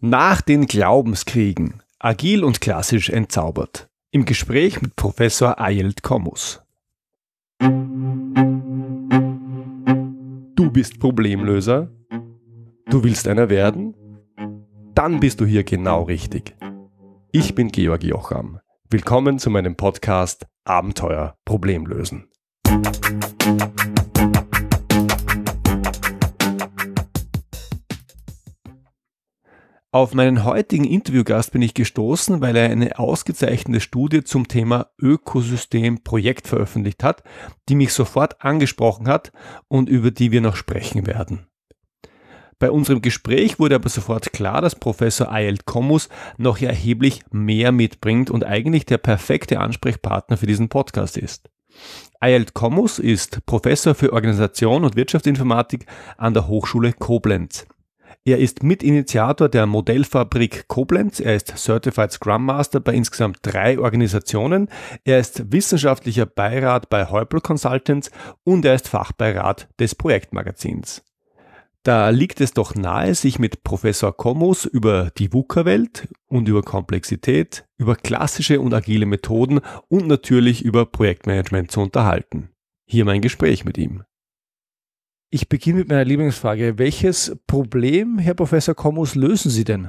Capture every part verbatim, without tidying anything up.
Nach den Glaubenskriegen, agil und klassisch entzaubert. Im Gespräch mit Professor Ajeldt Kommus. Du bist Problemlöser? Du willst einer werden? Dann bist du hier genau richtig. Ich bin Georg Jocham. Willkommen zu meinem Podcast Abenteuer Problemlösen. Auf meinen heutigen Interviewgast bin ich gestoßen, weil er eine ausgezeichnete Studie zum Thema Ökosystem-Projekt veröffentlicht hat, die mich sofort angesprochen hat und über die wir noch sprechen werden. Bei unserem Gespräch wurde aber sofort klar, dass Professor Ajeldt Kommus noch erheblich mehr mitbringt und eigentlich der perfekte Ansprechpartner für diesen Podcast ist. Ajeldt Kommus ist Professor für Organisation und Wirtschaftsinformatik an der Hochschule Koblenz. Er ist Mitinitiator der Modellfabrik Koblenz, er ist Certified Scrum Master bei insgesamt drei Organisationen, er ist wissenschaftlicher Beirat bei Häupl Consultants und er ist Fachbeirat des Projektmagazins. Da liegt es doch nahe, sich mit Professor Kommus über die VUCA-Welt und über Komplexität, über klassische und agile Methoden und natürlich über Projektmanagement zu unterhalten. Hier mein Gespräch mit ihm. Ich beginne mit meiner Lieblingsfrage. Welches Problem, Herr Professor Kommus, lösen Sie denn?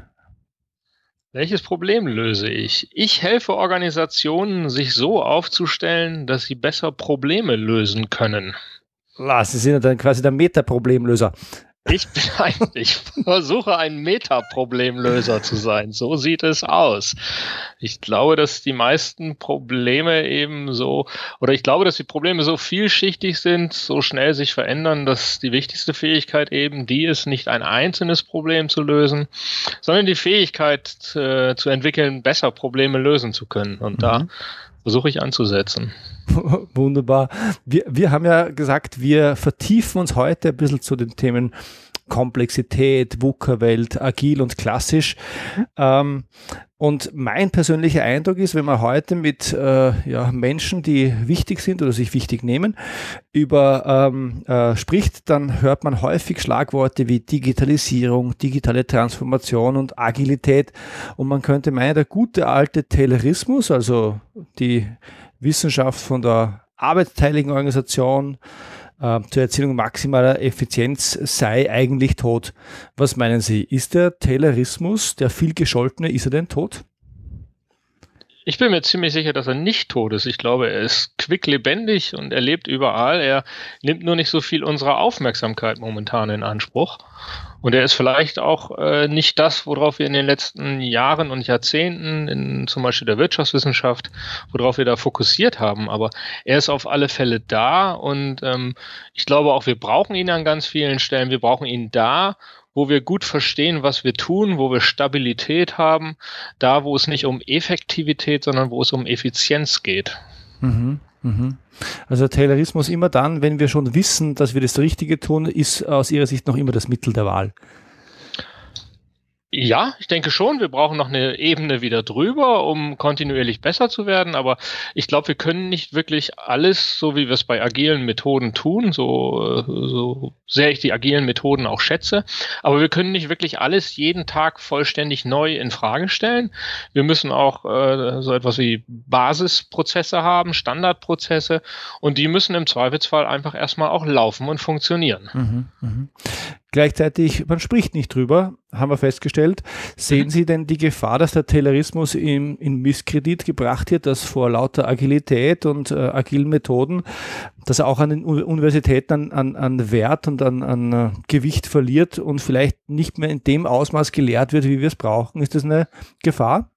Welches Problem löse ich? Ich helfe Organisationen, sich so aufzustellen, dass sie besser Probleme lösen können. Ah, Sie sind ja dann quasi der Meta-Problemlöser. Ich bin ein, ich versuche ein Meta-Problemlöser zu sein. So sieht es aus. Ich glaube, dass die meisten Probleme eben so, oder ich glaube, dass die Probleme so vielschichtig sind, so schnell sich verändern, dass die wichtigste Fähigkeit eben die ist, nicht ein einzelnes Problem zu lösen, sondern die Fähigkeit äh, zu entwickeln, besser Probleme lösen zu können. Und mhm. da versuche ich anzusetzen. Wunderbar. Wir, wir haben ja gesagt, wir vertiefen uns heute ein bisschen zu den Themen Komplexität, VUCA-Welt, agil und klassisch. Mhm. Ähm, und mein persönlicher Eindruck ist, wenn man heute mit äh, ja, Menschen, die wichtig sind oder sich wichtig nehmen, über ähm, äh, spricht, dann hört man häufig Schlagworte wie Digitalisierung, digitale Transformation und Agilität. Und man könnte meinen, der gute alte Taylorismus, also die Wissenschaft von der arbeitsteiligen Organisation äh, zur Erzielung maximaler Effizienz sei eigentlich tot. Was meinen Sie? Ist der Taylorismus, der viel gescholtene, ist er denn tot? Ich bin mir ziemlich sicher, dass er nicht tot ist. Ich glaube, er ist quicklebendig und er lebt überall. Er nimmt nur nicht so viel unserer Aufmerksamkeit momentan in Anspruch. Und er ist vielleicht auch äh, nicht das, worauf wir in den letzten Jahren und Jahrzehnten, in zum Beispiel der Wirtschaftswissenschaft, worauf wir da fokussiert haben. Aber er ist auf alle Fälle da und ähm, ich glaube auch, wir brauchen ihn an ganz vielen Stellen. Wir brauchen ihn da, wo wir gut verstehen, was wir tun, wo wir Stabilität haben, da, wo es nicht um Effektivität, sondern wo es um Effizienz geht. Mhm, mhm. Also Taylorismus immer dann, wenn wir schon wissen, dass wir das Richtige tun, ist aus Ihrer Sicht noch immer das Mittel der Wahl. Ja, ich denke schon. Wir brauchen noch eine Ebene wieder drüber, um kontinuierlich besser zu werden. Aber ich glaube, wir können nicht wirklich alles, so wie wir es bei agilen Methoden tun, so, so sehr ich die agilen Methoden auch schätze. Aber wir können nicht wirklich alles jeden Tag vollständig neu in Frage stellen. Wir müssen auch äh, so etwas wie Basisprozesse haben, Standardprozesse. Und die müssen im Zweifelsfall einfach erstmal auch laufen und funktionieren. Mhm, mh. Gleichzeitig, man spricht nicht drüber, haben wir festgestellt. Sehen Sie denn die Gefahr, dass der Taylorismus in, in Misskredit gebracht wird, dass vor lauter Agilität und äh, agilen Methoden, dass er auch an den Universitäten an, an, an Wert und an, an uh, Gewicht verliert und vielleicht nicht mehr in dem Ausmaß gelehrt wird, wie wir es brauchen? Ist das eine Gefahr?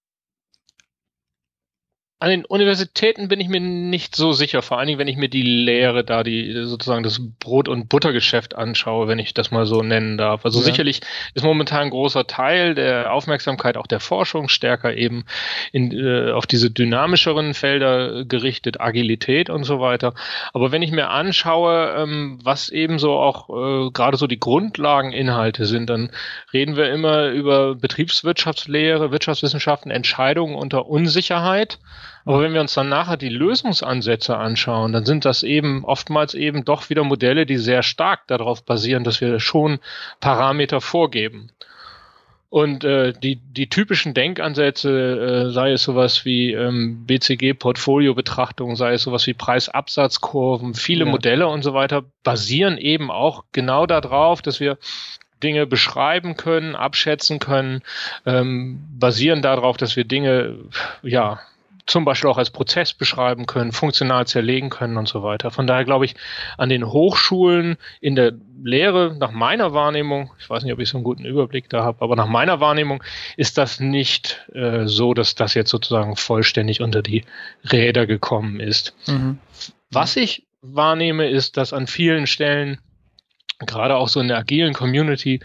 An den Universitäten bin ich mir nicht so sicher, vor allen Dingen, wenn ich mir die Lehre da, die sozusagen das Brot- und Buttergeschäft anschaue, wenn ich das mal so nennen darf. Also ja. Sicherlich ist momentan ein großer Teil der Aufmerksamkeit auch der Forschung stärker eben in, äh, auf diese dynamischeren Felder gerichtet, Agilität und so weiter. Aber wenn ich mir anschaue, ähm, was eben so auch äh, gerade so die Grundlageninhalte sind, dann reden wir immer über Betriebswirtschaftslehre, Wirtschaftswissenschaften, Entscheidungen unter Unsicherheit. Aber wenn wir uns dann nachher die Lösungsansätze anschauen, dann sind das eben oftmals eben doch wieder Modelle, die sehr stark darauf basieren, dass wir schon Parameter vorgeben. Und äh, die, die typischen Denkansätze, äh, sei es sowas wie ähm, B C G-Portfolio-Betrachtung, sei es sowas wie Preisabsatzkurven, viele ja. Modelle und so weiter, basieren eben auch genau darauf, dass wir Dinge beschreiben können, abschätzen können, ähm, basieren darauf, dass wir Dinge, ja, zum Beispiel auch als Prozess beschreiben können, funktional zerlegen können und so weiter. Von daher glaube ich, an den Hochschulen in der Lehre, nach meiner Wahrnehmung, ich weiß nicht, ob ich so einen guten Überblick da habe, aber nach meiner Wahrnehmung ist das nicht äh, so, dass das jetzt sozusagen vollständig unter die Räder gekommen ist. Mhm. Was ich wahrnehme, ist, dass an vielen Stellen, gerade auch so in der agilen Community,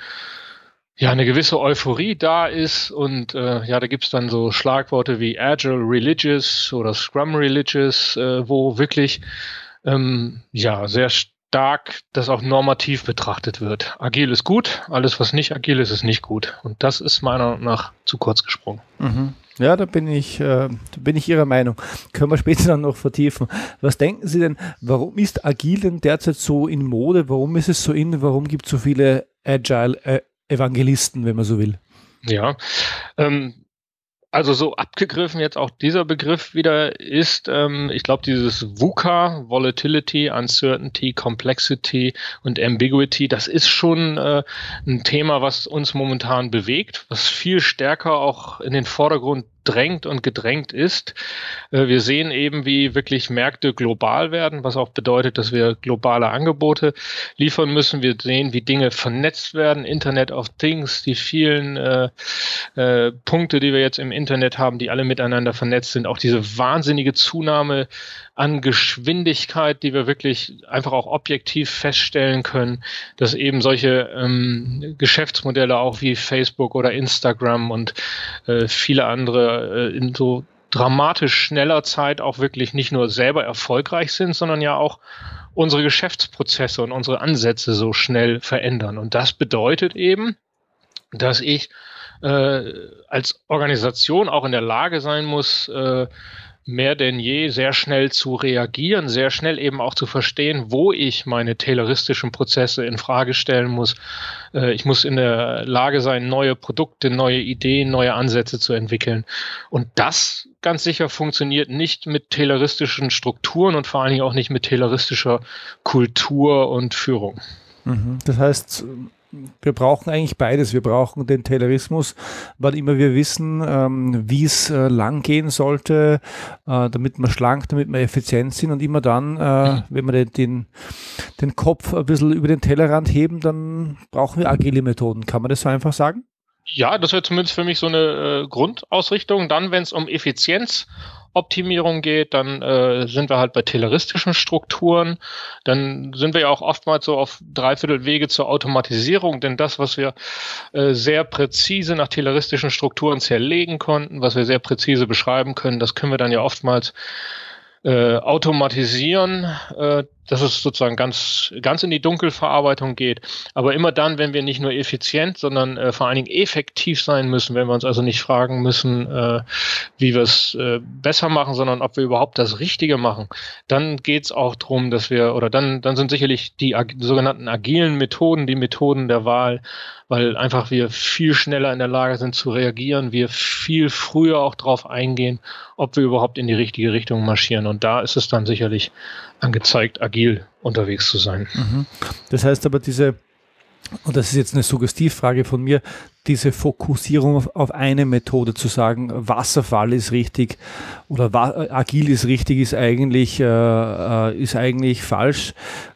ja, eine gewisse Euphorie da ist und äh, ja, da gibt's dann so Schlagworte wie Agile Religious oder Scrum Religious, äh, wo wirklich ähm, ja sehr stark das auch normativ betrachtet wird. Agil ist gut, alles was nicht agil ist, ist nicht gut. Und das ist meiner Meinung nach zu kurz gesprungen. Mhm. Ja, da bin ich, äh, da bin ich Ihrer Meinung. Können wir später dann noch vertiefen. Was denken Sie denn, warum ist Agil denn derzeit so in Mode? Warum ist es so in? Warum gibt es so viele Agile äh, Evangelisten, wenn man so will? Ja, ähm, also so abgegriffen jetzt auch dieser Begriff wieder ist, ähm, ich glaube, dieses VUCA, Volatility, Uncertainty, Complexity und Ambiguity, das ist schon äh, ein Thema, was uns momentan bewegt, was viel stärker auch in den Vordergrund drängt und gedrängt ist. Äh, wir sehen eben, wie wirklich Märkte global werden, was auch bedeutet, dass wir globale Angebote liefern müssen. Wir sehen, wie Dinge vernetzt werden, Internet of Things, die vielen äh, äh, Punkte, die wir jetzt im Internet haben, die alle miteinander vernetzt sind, auch diese wahnsinnige Zunahme an Geschwindigkeit, die wir wirklich einfach auch objektiv feststellen können, dass eben solche ähm, Geschäftsmodelle auch wie Facebook oder Instagram und äh, viele andere äh, in so dramatisch schneller Zeit auch wirklich nicht nur selber erfolgreich sind, sondern ja auch unsere Geschäftsprozesse und unsere Ansätze so schnell verändern. Und das bedeutet eben, dass ich äh, als Organisation auch in der Lage sein muss, äh, mehr denn je sehr schnell zu reagieren, sehr schnell eben auch zu verstehen, wo ich meine tayloristischen Prozesse in Frage stellen muss. Äh, ich muss in der Lage sein, neue Produkte, neue Ideen, neue Ansätze zu entwickeln. Und das ganz sicher funktioniert nicht mit tayloristischen Strukturen und vor allen Dingen auch nicht mit tayloristischer Kultur und Führung. Das heißt, wir brauchen eigentlich beides. Wir brauchen den Taylorismus, weil immer wir wissen, ähm, wie es äh, lang gehen sollte, äh, damit wir schlank, damit wir effizient sind und immer dann, äh, mhm. wenn wir den, den, den Kopf ein bisschen über den Tellerrand heben, dann brauchen wir agile Methoden. Kann man das so einfach sagen? Ja, das wäre zumindest für mich so eine äh, Grundausrichtung. Dann, wenn es um Effizienz Optimierung geht, dann äh, sind wir halt bei tayloristischen Strukturen. Dann sind wir ja auch oftmals so auf dreiviertel Wege zur Automatisierung, denn das, was wir äh, sehr präzise nach tayloristischen Strukturen zerlegen konnten, was wir sehr präzise beschreiben können, das können wir dann ja oftmals äh, automatisieren, äh, dass es sozusagen ganz, ganz in die Dunkelverarbeitung geht. Aber immer dann, wenn wir nicht nur effizient, sondern äh, vor allen Dingen effektiv sein müssen, wenn wir uns also nicht fragen müssen, äh, wie wir es äh, besser machen, sondern ob wir überhaupt das Richtige machen, dann geht es auch darum, dass wir, oder dann, dann sind sicherlich die ag- sogenannten agilen Methoden die Methoden der Wahl, weil einfach wir viel schneller in der Lage sind zu reagieren, wir viel früher auch darauf eingehen, ob wir überhaupt in die richtige Richtung marschieren. Und da ist es dann sicherlich angezeigt, agil unterwegs zu sein. Das heißt aber diese, und das ist jetzt eine Suggestivfrage von mir, diese Fokussierung auf, auf eine Methode zu sagen, Wasserfall ist richtig oder wa- agil ist richtig, ist eigentlich, äh, ist eigentlich falsch.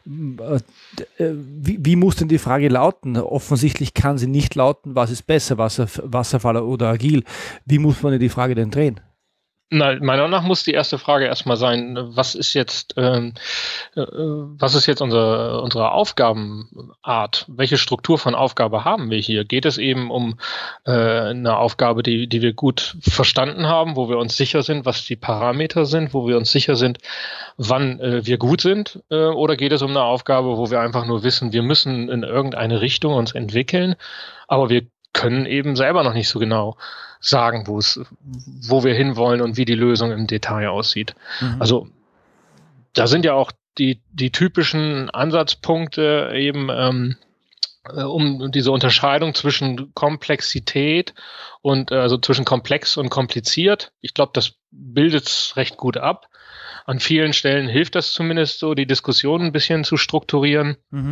Äh, wie, wie muss denn die Frage lauten? Offensichtlich kann sie nicht lauten, was ist besser, Wasser, Wasserfall oder agil. Wie muss man die Frage denn drehen? Na, meiner Meinung nach muss die erste Frage erstmal sein, was ist jetzt, ähm, äh, was ist jetzt unser, unsere Aufgabenart? Welche Struktur von Aufgabe haben wir hier? Geht es eben um äh, eine Aufgabe, die, die wir gut verstanden haben, wo wir uns sicher sind, was die Parameter sind, wo wir uns sicher sind, wann äh, wir gut sind? Äh, oder geht es um eine Aufgabe, wo wir einfach nur wissen, wir müssen in irgendeine Richtung uns entwickeln, aber wir können eben selber noch nicht so genau sagen, wo es, wo wir hinwollen und wie die Lösung im Detail aussieht. Mhm. Also da sind ja auch die, die typischen Ansatzpunkte eben, ähm, äh, um diese Unterscheidung zwischen Komplexität und äh, also zwischen komplex und kompliziert. Ich glaube, das bildet es recht gut ab. An vielen Stellen hilft das zumindest so, die Diskussion ein bisschen zu strukturieren. Mhm.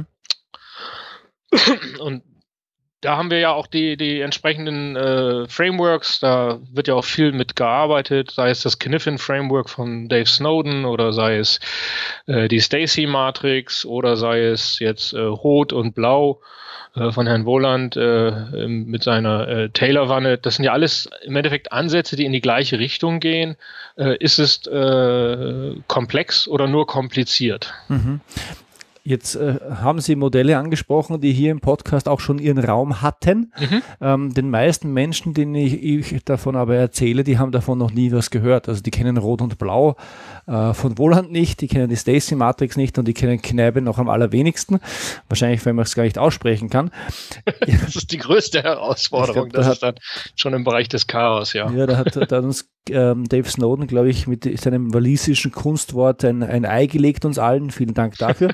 Und da haben wir ja auch die, die entsprechenden äh, Frameworks, da wird ja auch viel mit gearbeitet, sei es das Cynefin-Framework von Dave Snowden oder sei es äh, die Stacey-Matrix oder sei es jetzt äh, Rot und Blau äh, von Herrn Wohland äh, mit seiner äh, Taylor-Wanne. Das sind ja alles im Endeffekt Ansätze, die in die gleiche Richtung gehen. Äh, ist es äh, komplex oder nur kompliziert? Mhm. Jetzt äh, haben Sie Modelle angesprochen, die hier im Podcast auch schon ihren Raum hatten. Mhm. Ähm, den meisten Menschen, denen ich, ich davon aber erzähle, die haben davon noch nie was gehört. Also die kennen Rot und Blau äh, von Wohland nicht, die kennen die Stacey-Matrix nicht und die kennen Kneipe noch am allerwenigsten. Wahrscheinlich, weil man es gar nicht aussprechen kann. Das ist die größte Herausforderung. Glaub, das da ist dann schon im Bereich des Chaos, ja. Ja, da hat, da hat uns ähm, Dave Snowden, glaube ich, mit seinem walisischen Kunstwort ein, ein Ei gelegt uns allen. Vielen Dank dafür.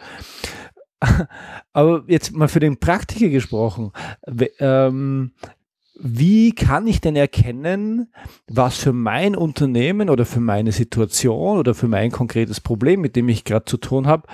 Aber jetzt mal für den Praktiker gesprochen, ähm, wie kann ich denn erkennen, was für mein Unternehmen oder für meine Situation oder für mein konkretes Problem, mit dem ich gerade zu tun habe,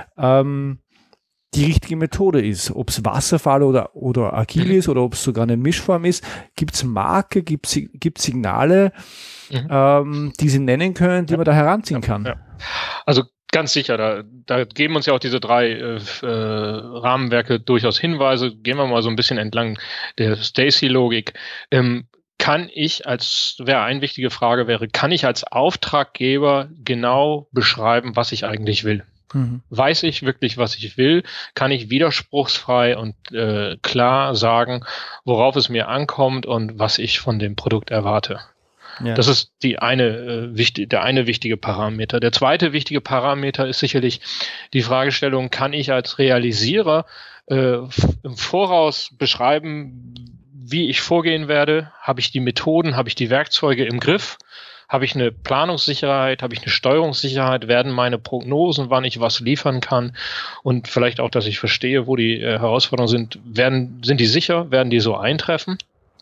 ähm, die richtige Methode ist? Ob es Wasserfall oder, oder agil ist oder ob es sogar eine Mischform ist? Gibt es Marke, gibt es Signale, mhm. ähm, die Sie nennen können, die ja. man da heranziehen ja. kann? Ja. Also ganz sicher, da, da geben uns ja auch diese drei äh, äh, Rahmenwerke durchaus Hinweise. Gehen wir mal so ein bisschen entlang der Stacey-Logik. Ähm, kann ich als, wäre eine wichtige Frage wäre, kann ich als Auftraggeber genau beschreiben, was ich eigentlich will? Mhm. Weiß ich wirklich, was ich will? Kann ich widerspruchsfrei und äh, klar sagen, worauf es mir ankommt und was ich von dem Produkt erwarte? Ja. Das ist die eine, äh, wichtig, der eine wichtige Parameter. Der zweite wichtige Parameter ist sicherlich die Fragestellung, kann ich als Realisierer äh, im Voraus beschreiben, wie ich vorgehen werde? Habe ich die Methoden, habe ich die Werkzeuge im Griff? Habe ich eine Planungssicherheit, habe ich eine Steuerungssicherheit, werden meine Prognosen, wann ich was liefern kann und vielleicht auch, dass ich verstehe, wo die äh, Herausforderungen sind, werden, sind die sicher, werden die so eintreffen?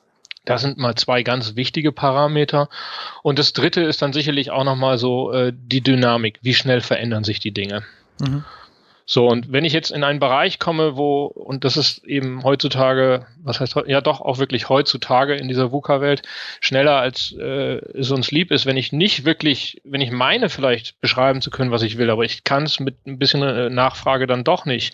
Das sind mal zwei ganz wichtige Parameter. Und das dritte ist dann sicherlich auch nochmal so äh, die Dynamik. Wie schnell verändern sich die Dinge? Mhm. So, und wenn ich jetzt in einen Bereich komme, wo, und das ist eben heutzutage, was heißt, ja doch auch wirklich heutzutage in dieser VUCA-Welt, schneller als äh, es uns lieb ist, wenn ich nicht wirklich, wenn ich meine vielleicht beschreiben zu können, was ich will, aber ich kann es mit ein bisschen äh, Nachfrage dann doch nicht.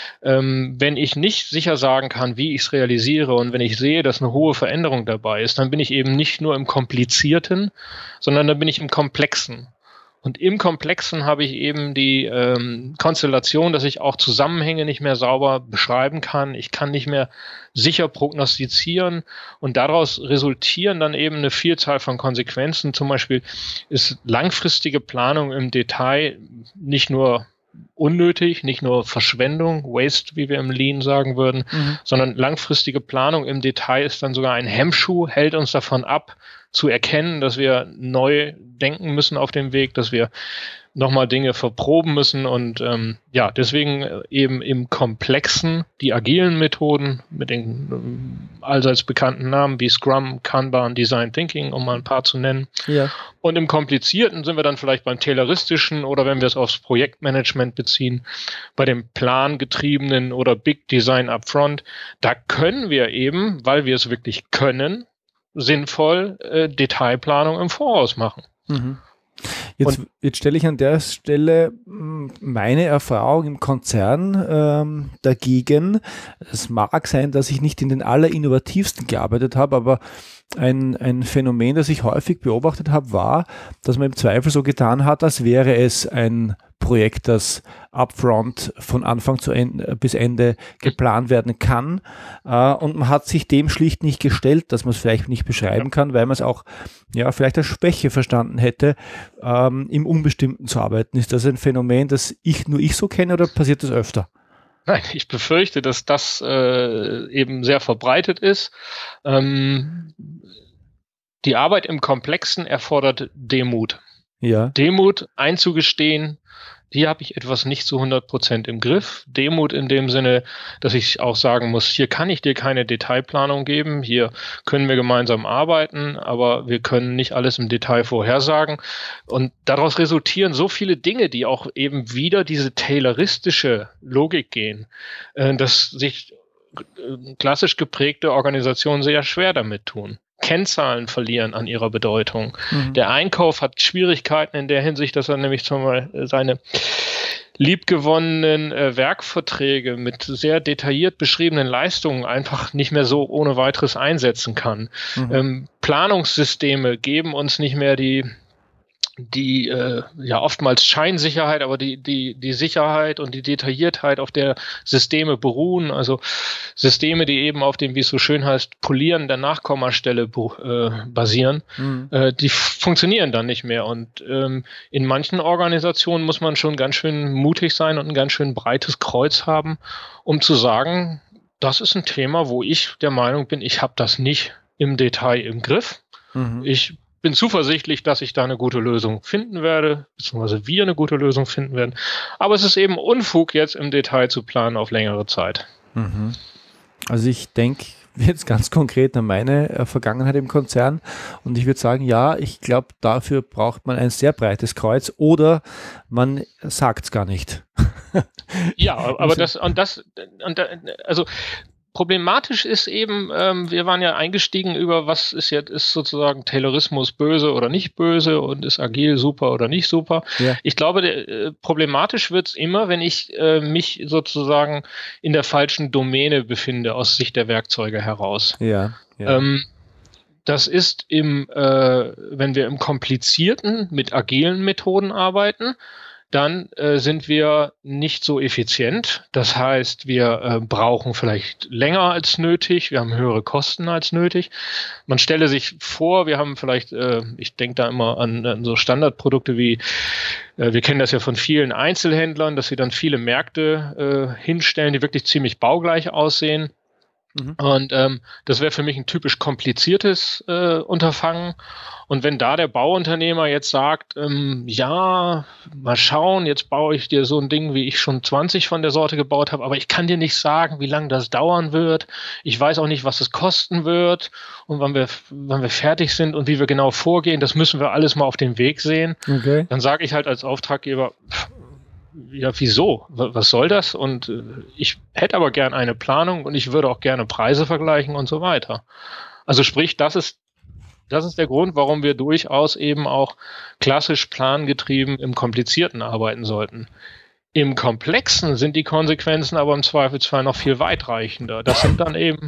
Ähm, wenn ich nicht sicher sagen kann, wie ich es realisiere und wenn ich sehe, dass eine hohe Veränderung dabei ist, dann bin ich eben nicht nur im Komplizierten, sondern dann bin ich im Komplexen. Und im Komplexen habe ich eben die ähm, Konstellation, dass ich auch Zusammenhänge nicht mehr sauber beschreiben kann. Ich kann nicht mehr sicher prognostizieren und daraus resultieren dann eben eine Vielzahl von Konsequenzen. Zum Beispiel ist langfristige Planung im Detail nicht nur unnötig, nicht nur Verschwendung, Waste, wie wir im Lean sagen würden, mhm. sondern langfristige Planung im Detail ist dann sogar ein Hemmschuh, hält uns davon ab, zu erkennen, dass wir neu denken müssen auf dem Weg, dass wir nochmal Dinge verproben müssen und ähm, ja, deswegen eben im Komplexen die agilen Methoden mit den ähm, allseits bekannten Namen wie Scrum, Kanban, Design Thinking, um mal ein paar zu nennen. Ja. Und im Komplizierten sind wir dann vielleicht beim Tayloristischen oder wenn wir es aufs Projektmanagement beziehen, bei dem plangetriebenen oder Big Design Upfront. Da können wir eben, weil wir es wirklich können, sinnvoll äh, Detailplanung im Voraus machen. Mhm. Jetzt, jetzt stelle ich an der Stelle meine Erfahrung im Konzern ähm, dagegen. Es mag sein, dass ich nicht in den allerinnovativsten gearbeitet habe, aber ein, ein Phänomen, das ich häufig beobachtet habe, war, dass man im Zweifel so getan hat, als wäre es ein Projekt, das upfront von Anfang zu Ende, bis Ende geplant werden kann. Äh, und man hat sich dem schlicht nicht gestellt, dass man es vielleicht nicht beschreiben kann, weil man es auch ja, vielleicht als Schwäche verstanden hätte, ähm, im Unbestimmten zu arbeiten. Ist das ein Phänomen, das ich nur ich so kenne oder passiert das öfter? Nein, ich befürchte, dass das äh, eben sehr verbreitet ist. Ähm, die Arbeit im Komplexen erfordert Demut. Ja. Demut einzugestehen, hier habe ich etwas nicht zu hundert Prozent im Griff. Demut in dem Sinne, dass ich auch sagen muss, hier kann ich dir keine Detailplanung geben, hier können wir gemeinsam arbeiten, aber wir können nicht alles im Detail vorhersagen. Und daraus resultieren so viele Dinge, die auch eben wieder diese tayloristische Logik gehen, äh, dass sich äh, klassisch geprägte Organisationen sehr schwer damit tun. Kennzahlen verlieren an ihrer Bedeutung. Mhm. Der Einkauf hat Schwierigkeiten in der Hinsicht, dass er nämlich zum Beispiel seine liebgewonnenen äh, Werkverträge mit sehr detailliert beschriebenen Leistungen einfach nicht mehr so ohne weiteres einsetzen kann. Mhm. Ähm, Planungssysteme geben uns nicht mehr die die äh, ja oftmals Scheinsicherheit, aber die die die Sicherheit und die Detailliertheit, auf der Systeme beruhen, also Systeme, die eben auf dem, wie es so schön heißt, Polieren der Nachkommastelle äh, basieren, mhm. äh, die funktionieren dann nicht mehr. Und ähm, in manchen Organisationen muss man schon ganz schön mutig sein und ein ganz schön breites Kreuz haben, um zu sagen, das ist ein Thema, wo ich der Meinung bin, ich habe das nicht im Detail im Griff. Mhm. Ich bin zuversichtlich, dass ich da eine gute Lösung finden werde, beziehungsweise wir eine gute Lösung finden werden. Aber es ist eben Unfug, jetzt im Detail zu planen auf längere Zeit. Mhm. Also ich denke jetzt ganz konkret an meine äh, Vergangenheit im Konzern und ich würde sagen, ja, ich glaube, dafür braucht man ein sehr breites Kreuz oder man sagt es gar nicht. Ja, aber das und das und da, also problematisch ist eben, ähm, wir waren ja eingestiegen über, was ist jetzt, ist sozusagen Taylorismus böse oder nicht böse und ist agil super oder nicht super. Ja. Ich glaube, der, äh, problematisch wird es immer, wenn ich äh, mich sozusagen in der falschen Domäne befinde, aus Sicht der Werkzeuge heraus. Ja, ja. Ähm, das ist im, äh, wenn wir im Komplizierten mit agilen Methoden arbeiten, dann äh, sind wir nicht so effizient. Das heißt, wir äh, brauchen vielleicht länger als nötig, wir haben höhere Kosten als nötig. Man stelle sich vor, wir haben vielleicht, äh, ich denke da immer an, an so Standardprodukte wie, äh, wir kennen das ja von vielen Einzelhändlern, dass sie dann viele Märkte äh, hinstellen, die wirklich ziemlich baugleich aussehen. Mhm. Und ähm, das wäre für mich ein typisch kompliziertes äh, Unterfangen. Und wenn da der Bauunternehmer jetzt sagt, ähm, ja, mal schauen, jetzt baue ich dir so ein Ding, wie ich schon zwanzig von der Sorte gebaut habe, aber ich kann dir nicht sagen, wie lange das dauern wird. Ich weiß auch nicht, was es kosten wird und wann wir, wann wir fertig sind und wie wir genau vorgehen. Das müssen wir alles mal auf dem Weg sehen. Okay. Dann sage ich halt als Auftraggeber, pff, ja, wieso? Was soll das? Und äh, ich hätte aber gern eine Planung und ich würde auch gerne Preise vergleichen und so weiter. Also sprich, das ist das ist der Grund, warum wir durchaus eben auch klassisch plangetrieben im Komplizierten arbeiten sollten. Im Komplexen sind die Konsequenzen aber im Zweifelsfall noch viel weitreichender. Das sind dann eben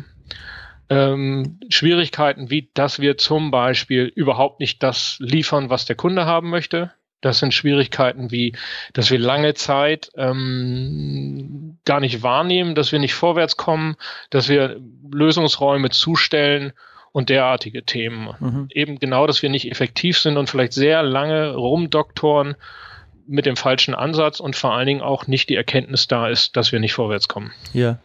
ähm, Schwierigkeiten, wie dass wir zum Beispiel überhaupt nicht das liefern, was der Kunde haben möchte. Das sind Schwierigkeiten wie, dass wir lange Zeit ähm, gar nicht wahrnehmen, dass wir nicht vorwärts kommen, dass wir Lösungsräume zustellen und derartige Themen. Mhm. Eben genau, dass wir nicht effektiv sind und vielleicht sehr lange rumdoktoren mit dem falschen Ansatz und vor allen Dingen auch nicht die Erkenntnis da ist, dass wir nicht vorwärts kommen. Ja.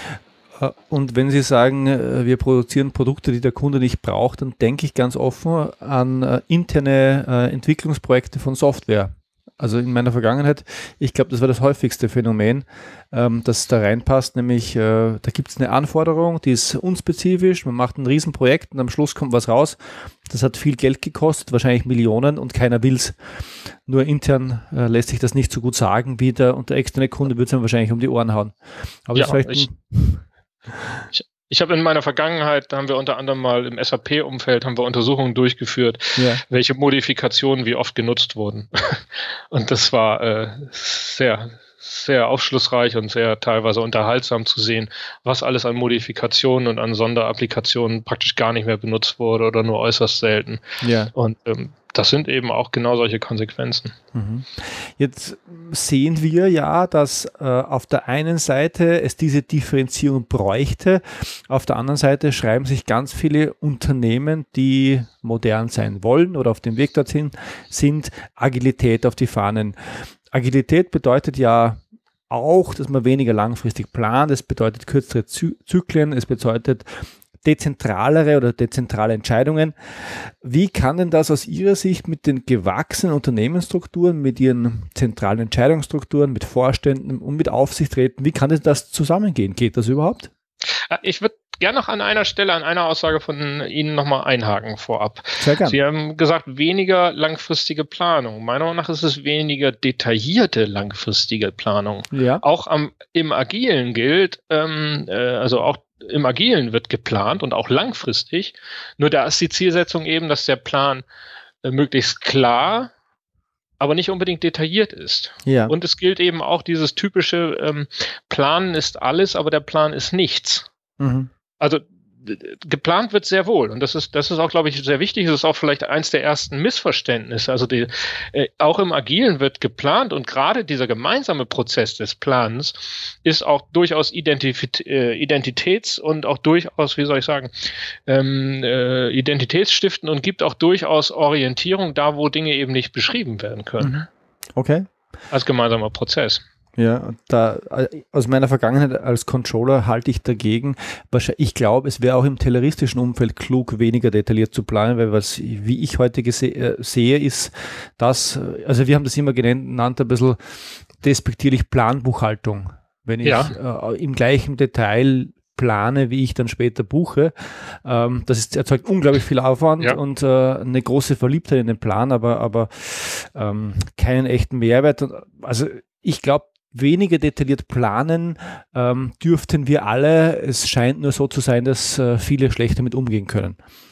Und wenn Sie sagen, wir produzieren Produkte, die der Kunde nicht braucht, dann denke ich ganz offen an interne Entwicklungsprojekte von Software. Also in meiner Vergangenheit, ich glaube, das war das häufigste Phänomen, das da reinpasst, nämlich da gibt es eine Anforderung, die ist unspezifisch, man macht ein Riesenprojekt und am Schluss kommt was raus, das hat viel Geld gekostet, wahrscheinlich Millionen und keiner will es. Nur intern äh, lässt sich das nicht so gut sagen, wie der, und der externe Kunde wird es dann wahrscheinlich um die Ohren hauen. Aber ja, das vielleicht ich, ich, ich habe in meiner Vergangenheit, da haben wir unter anderem mal im S A P-Umfeld haben wir Untersuchungen durchgeführt, ja. welche Modifikationen wie oft genutzt wurden. Und das war äh, sehr, sehr aufschlussreich und sehr teilweise unterhaltsam zu sehen, was alles an Modifikationen und an Sonderapplikationen praktisch gar nicht mehr benutzt wurde oder nur äußerst selten. Ja. Und ähm, das sind eben auch genau solche Konsequenzen. Mhm. Jetzt sehen wir ja, dass äh, auf der einen Seite es diese Differenzierung bräuchte, auf der anderen Seite schreiben sich ganz viele Unternehmen, die modern sein wollen oder auf dem Weg dorthin sind, Agilität auf die Fahnen. Agilität bedeutet ja auch, dass man weniger langfristig plant, es bedeutet kürzere Zy- Zyklen, es bedeutet dezentralere oder dezentrale Entscheidungen. Wie kann denn das aus Ihrer Sicht mit den gewachsenen Unternehmensstrukturen, mit Ihren zentralen Entscheidungsstrukturen, mit Vorständen und mit Aufsichtsräten, wie kann denn das zusammengehen? Geht das überhaupt? Ich würde gerne noch an einer Stelle, an einer Aussage von Ihnen nochmal einhaken vorab. Sehr gerne. Sie haben gesagt, weniger langfristige Planung. Meiner Meinung nach ist es weniger detaillierte langfristige Planung. Ja. Auch am, im Agilen gilt, ähm, äh, also auch im Agilen wird geplant und auch langfristig. Nur da ist die Zielsetzung eben, dass der Plan äh, möglichst klar, aber nicht unbedingt detailliert ist. Ja. Und es gilt eben auch dieses typische ähm, Planen ist alles, aber der Plan ist nichts. Mhm. Also d- geplant wird sehr wohl und das ist das ist auch, glaube ich, sehr wichtig. Das ist auch vielleicht eins der ersten Missverständnisse. Also die, äh, auch im Agilen wird geplant und gerade dieser gemeinsame Prozess des Planens ist auch durchaus identif- äh, Identitäts- und auch durchaus, wie soll ich sagen, ähm, äh, identitätsstiftend und gibt auch durchaus Orientierung da, wo Dinge eben nicht beschrieben werden können. Okay. Als gemeinsamer Prozess. Ja, da, aus meiner Vergangenheit als Controller halte ich dagegen. Ich glaube, es wäre auch im tayloristischen Umfeld klug, weniger detailliert zu planen, weil was, wie ich heute gese- äh, sehe, ist, dass, also wir haben das immer genannt, ein bisschen despektierlich Planbuchhaltung. Wenn ich Ja. äh, im gleichen Detail plane, wie ich dann später buche. Ähm, das ist, erzeugt unglaublich viel Aufwand Ja. und äh, eine große Verliebtheit in den Plan, aber, aber ähm, keinen echten Mehrwert. Und, also ich glaube, weniger detailliert planen ähm, dürften wir alle. Es scheint nur so zu sein, dass äh, viele schlecht damit umgehen können.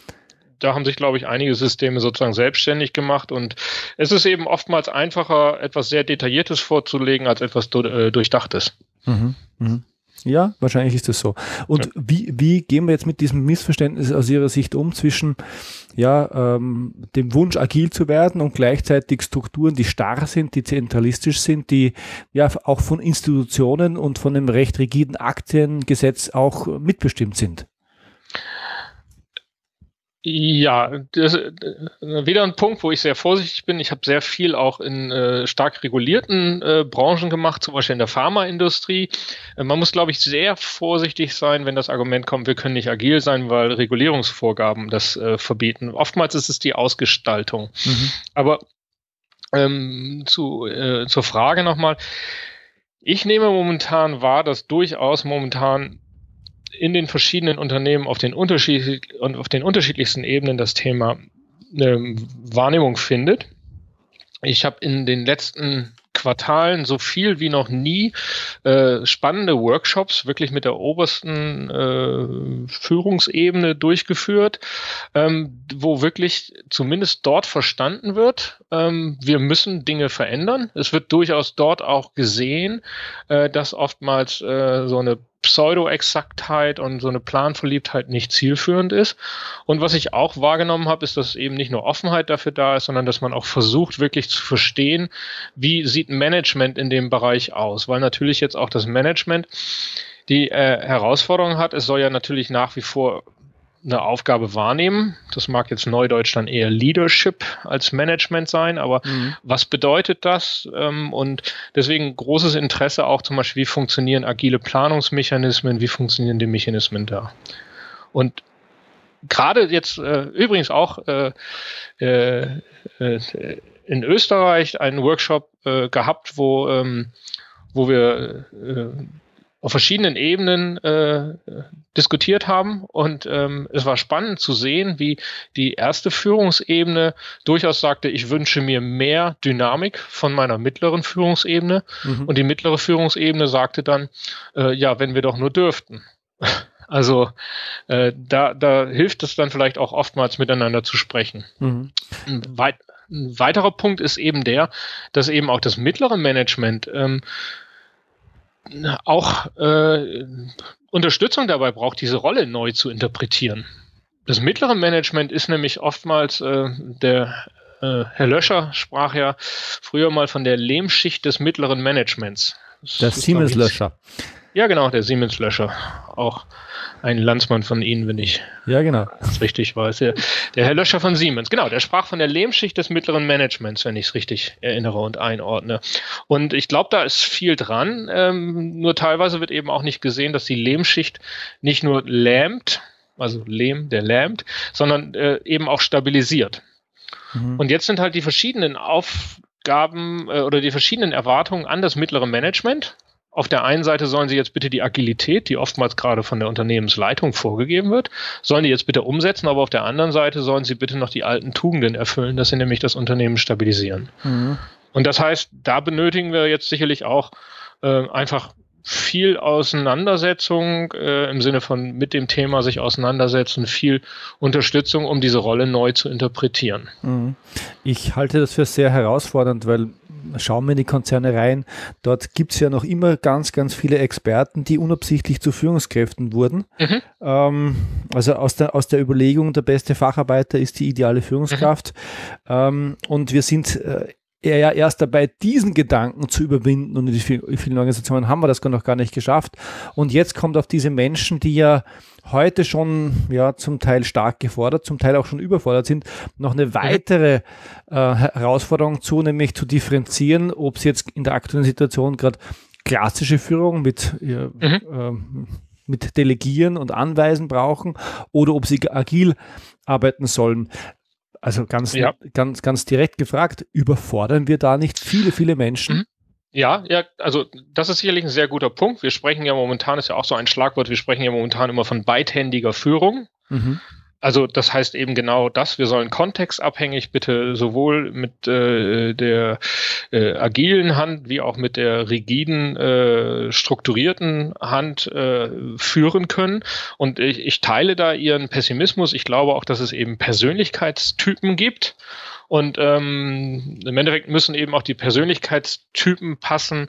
Da haben sich, glaube ich, einige Systeme sozusagen selbstständig gemacht und es ist eben oftmals einfacher, etwas sehr Detailliertes vorzulegen, als etwas du- äh, Durchdachtes. Mhm. Mhm. Ja, wahrscheinlich ist das so. Und Ja. wie, wie gehen wir jetzt mit diesem Missverständnis aus Ihrer Sicht um zwischen ja, ähm, dem Wunsch, agil zu werden und gleichzeitig Strukturen, die starr sind, die zentralistisch sind, die ja auch von Institutionen und von einem recht rigiden Aktiengesetz auch mitbestimmt sind? Ja, das, äh, wieder ein Punkt, wo ich sehr vorsichtig bin. Ich habe sehr viel auch in äh, stark regulierten äh, Branchen gemacht, zum Beispiel in der Pharmaindustrie. Äh, man muss, glaube ich, sehr vorsichtig sein, wenn das Argument kommt, wir können nicht agil sein, weil Regulierungsvorgaben das äh, verbieten. Oftmals ist es die Ausgestaltung. Mhm. Aber ähm, zu, äh, zur Frage nochmal. Ich nehme momentan wahr, dass durchaus momentan in den verschiedenen Unternehmen auf den, unterschiedlich, und auf den unterschiedlichsten Ebenen das Thema äh, Wahrnehmung findet. Ich habe in den letzten Quartalen so viel wie noch nie äh, spannende Workshops wirklich mit der obersten äh, Führungsebene durchgeführt, ähm, wo wirklich zumindest dort verstanden wird, ähm, wir müssen Dinge verändern. Es wird durchaus dort auch gesehen, äh, dass oftmals äh, so eine Pseudo-Exaktheit und so eine Planverliebtheit nicht zielführend ist. Und was ich auch wahrgenommen habe, ist, dass eben nicht nur Offenheit dafür da ist, sondern dass man auch versucht, wirklich zu verstehen, wie sieht Management in dem Bereich aus. Weil natürlich jetzt auch das Management die äh, Herausforderung hat, es soll ja natürlich nach wie vor eine Aufgabe wahrnehmen. Das mag jetzt neudeutsch dann eher Leadership als Management sein, aber mhm. was bedeutet das? Und deswegen großes Interesse auch zum Beispiel, wie funktionieren agile Planungsmechanismen, wie funktionieren die Mechanismen da? Und gerade jetzt äh, übrigens auch äh, äh, in Österreich einen Workshop äh, gehabt, wo, ähm, wo wir äh, auf verschiedenen Ebenen äh, diskutiert haben und ähm, es war spannend zu sehen, wie die erste Führungsebene durchaus sagte, ich wünsche mir mehr Dynamik von meiner mittleren Führungsebene mhm. und die mittlere Führungsebene sagte dann, äh, ja, wenn wir doch nur dürften. Also äh, da, da hilft es dann vielleicht auch oftmals miteinander zu sprechen. Mhm. Weit, ein weiterer Punkt ist eben der, dass eben auch das mittlere Management ähm, auch äh, Unterstützung dabei braucht, diese Rolle neu zu interpretieren. Das mittlere Management ist nämlich oftmals, äh, der äh, Herr Löscher sprach ja früher mal von der Lehmschicht des mittleren Managements. Der Siemens-Löscher. Ja, genau, der Siemens-Löscher. Auch ein Landsmann von Ihnen, wenn ich ja, genau. das richtig weiß. Der, der Herr Löscher von Siemens, genau, der sprach von der Lehmschicht des mittleren Managements, wenn ich es richtig erinnere und einordne. Und ich glaube, da ist viel dran. Ähm, nur teilweise wird eben auch nicht gesehen, dass die Lehmschicht nicht nur lähmt, also Lehm, der lähmt, sondern äh, eben auch stabilisiert. Mhm. Und jetzt sind halt die verschiedenen Aufgaben äh, oder die verschiedenen Erwartungen an das mittlere Management. Auf der einen Seite sollen sie jetzt bitte die Agilität, die oftmals gerade von der Unternehmensleitung vorgegeben wird, sollen die jetzt bitte umsetzen, aber auf der anderen Seite sollen sie bitte noch die alten Tugenden erfüllen, dass sie nämlich das Unternehmen stabilisieren. Mhm. Und das heißt, da benötigen wir jetzt sicherlich auch äh, einfach viel Auseinandersetzung äh, im Sinne von mit dem Thema sich auseinandersetzen, viel Unterstützung, um diese Rolle neu zu interpretieren. Ich halte das für sehr herausfordernd, weil schauen wir in die Konzerne rein, dort gibt es ja noch immer ganz, ganz viele Experten, die unabsichtlich zu Führungskräften wurden. Mhm. Ähm, also aus der, aus der Überlegung, der beste Facharbeiter ist die ideale Führungskraft. Mhm. Ähm, und wir sind äh, er ja erst dabei, diesen Gedanken zu überwinden, und in vielen Organisationen haben wir das noch gar nicht geschafft. Und jetzt kommt auf diese Menschen, die ja heute schon ja zum Teil stark gefordert, zum Teil auch schon überfordert sind, noch eine weitere äh, Herausforderung zu, nämlich zu differenzieren, ob sie jetzt in der aktuellen Situation gerade klassische Führung mit äh, mhm. äh, mit Delegieren und Anweisen brauchen oder ob sie agil arbeiten sollen. Also ganz, ja. ganz, ganz direkt gefragt, überfordern wir da nicht viele, viele Menschen? Ja, ja, also das ist sicherlich ein sehr guter Punkt. Wir sprechen ja momentan, ist ja auch so ein Schlagwort, wir sprechen ja momentan immer von beidhändiger Führung. Mhm. Also das heißt eben genau das, wir sollen kontextabhängig bitte sowohl mit äh, der äh, agilen Hand wie auch mit der rigiden, äh, strukturierten Hand äh, führen können. Und ich, ich teile da Ihren Pessimismus. Ich glaube auch, dass es eben Persönlichkeitstypen gibt. Und ähm, im Endeffekt müssen eben auch die Persönlichkeitstypen passen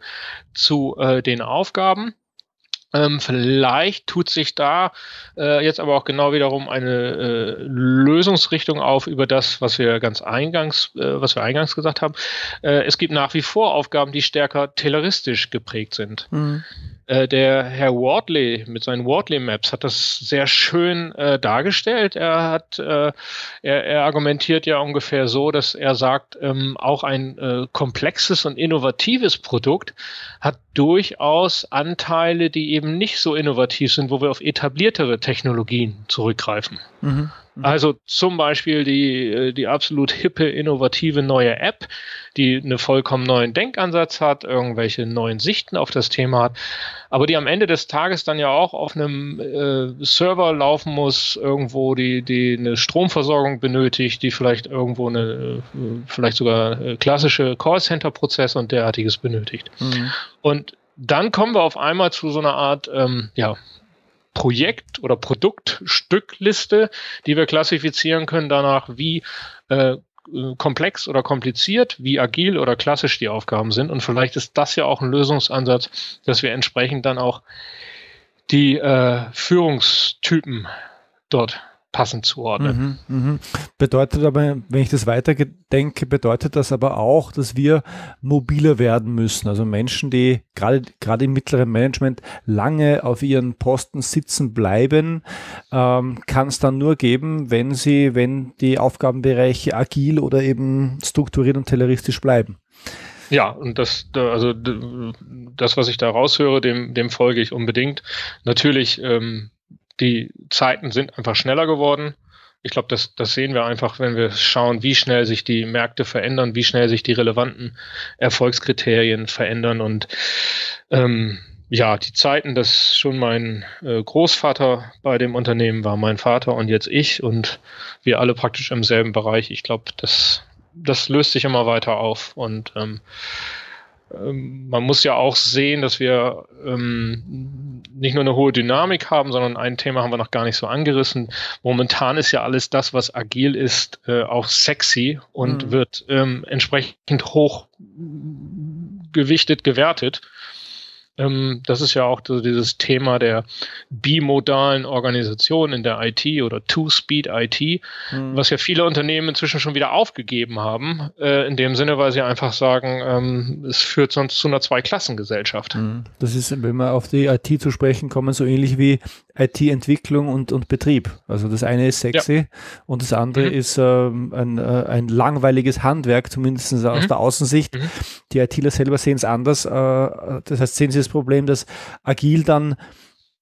zu äh, den Aufgaben. Ähm, vielleicht tut sich da äh, jetzt aber auch genau wiederum eine äh, Lösungsrichtung auf über das, was wir ganz eingangs, äh, was wir eingangs gesagt haben. Äh, es gibt nach wie vor Aufgaben, die stärker tayloristisch geprägt sind. Mhm. Äh, der Herr Wardley mit seinen Wardley Maps hat das sehr schön äh, dargestellt. Er hat, äh, er, er argumentiert ja ungefähr so, dass er sagt, ähm, auch ein äh, komplexes und innovatives Produkt hat durchaus Anteile, die eben nicht so innovativ sind, wo wir auf etabliertere Technologien zurückgreifen. Mhm. Also zum Beispiel die, die absolut hippe, innovative neue App, die einen vollkommen neuen Denkansatz hat, irgendwelche neuen Sichten auf das Thema hat, aber die am Ende des Tages dann ja auch auf einem äh, Server laufen muss, irgendwo, die, die eine Stromversorgung benötigt, die vielleicht irgendwo eine, äh, vielleicht sogar äh, klassische Callcenter-Prozesse und derartiges benötigt. Mhm. Und dann kommen wir auf einmal zu so einer Art, ähm, ja, Projekt- oder Produktstückliste, die wir klassifizieren können danach, wie äh, komplex oder kompliziert, wie agil oder klassisch die Aufgaben sind. Und vielleicht ist das ja auch ein Lösungsansatz, dass wir entsprechend dann auch die äh, Führungstypen dort passend zuordnen. Mhm, mhm. Bedeutet aber, wenn ich das weiterdenke, bedeutet das aber auch, dass wir mobiler werden müssen. Also Menschen, die gerade gerade im mittleren Management lange auf ihren Posten sitzen bleiben, ähm, kann es dann nur geben, wenn sie, wenn die Aufgabenbereiche agil oder eben strukturiert und tayloristisch bleiben. Ja, und das, also das, was ich da raushöre, dem, dem folge ich unbedingt. Natürlich, ähm, die Zeiten sind einfach schneller geworden. Ich glaube, das, das sehen wir einfach, wenn wir schauen, wie schnell sich die Märkte verändern, wie schnell sich die relevanten Erfolgskriterien verändern. Und ähm, ja, die Zeiten, dass schon mein äh, Großvater bei dem Unternehmen war, mein Vater und jetzt ich und wir alle praktisch im selben Bereich. Ich glaube, das, das löst sich immer weiter auf. Und ähm, man muss ja auch sehen, dass wir ähm, nicht nur eine hohe Dynamik haben, sondern ein Thema haben wir noch gar nicht so angerissen. Momentan ist ja alles das, was agil ist, äh, auch sexy und mhm. wird ähm, entsprechend hoch gewichtet, gewertet. Ähm, das ist ja auch so dieses Thema der bimodalen Organisation in der I T oder Two-Speed-I T, mhm. was ja viele Unternehmen inzwischen schon wieder aufgegeben haben, äh, in dem Sinne, weil sie einfach sagen, ähm, es führt sonst zu einer Zweiklassengesellschaft. Mhm. Das ist, wenn wir auf die I T zu sprechen kommen, so ähnlich wie I T-Entwicklung und, und Betrieb. Also das eine ist sexy ja. und das andere mhm. ist ähm, ein, äh, ein langweiliges Handwerk, zumindest aus mhm. der Außensicht. Mhm. Die ITler selber sehen es anders. Äh, das heißt, sehen sie das Problem, dass agil dann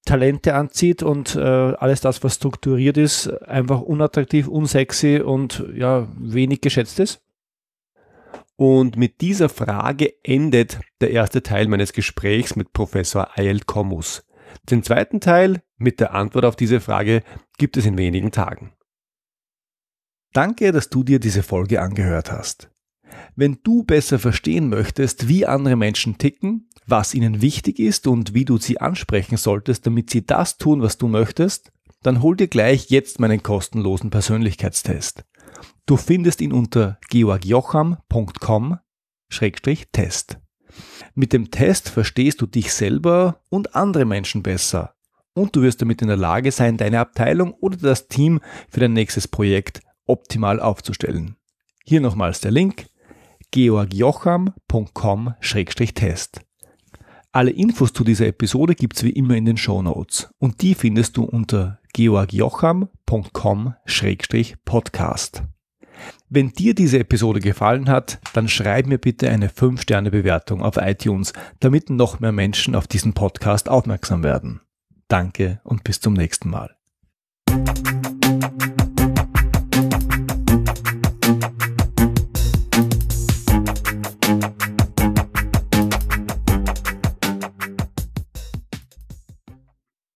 Talente anzieht und äh, alles das, was strukturiert ist, einfach unattraktiv, unsexy und ja, wenig geschätzt ist? Und mit dieser Frage endet der erste Teil meines Gesprächs mit Professor Aijelt Kommus. Den zweiten Teil mit der Antwort auf diese Frage gibt es in wenigen Tagen. Danke, dass du dir diese Folge angehört hast. Wenn du besser verstehen möchtest, wie andere Menschen ticken, was ihnen wichtig ist und wie du sie ansprechen solltest, damit sie das tun, was du möchtest, dann hol dir gleich jetzt meinen kostenlosen Persönlichkeitstest. Du findest ihn unter georg jocham punkt com Schrägstrich Test. Mit dem Test verstehst du dich selber und andere Menschen besser und du wirst damit in der Lage sein, deine Abteilung oder das Team für dein nächstes Projekt optimal aufzustellen. Hier nochmals der Link georg jocham punkt com Schrägstrich Test. Alle Infos zu dieser Episode gibt's wie immer in den Shownotes und die findest du unter georg jocham punkt com Schrägstrich Podcast. Wenn dir diese Episode gefallen hat, dann schreib mir bitte eine fünf Sterne Bewertung auf iTunes, damit noch mehr Menschen auf diesen Podcast aufmerksam werden. Danke und bis zum nächsten Mal.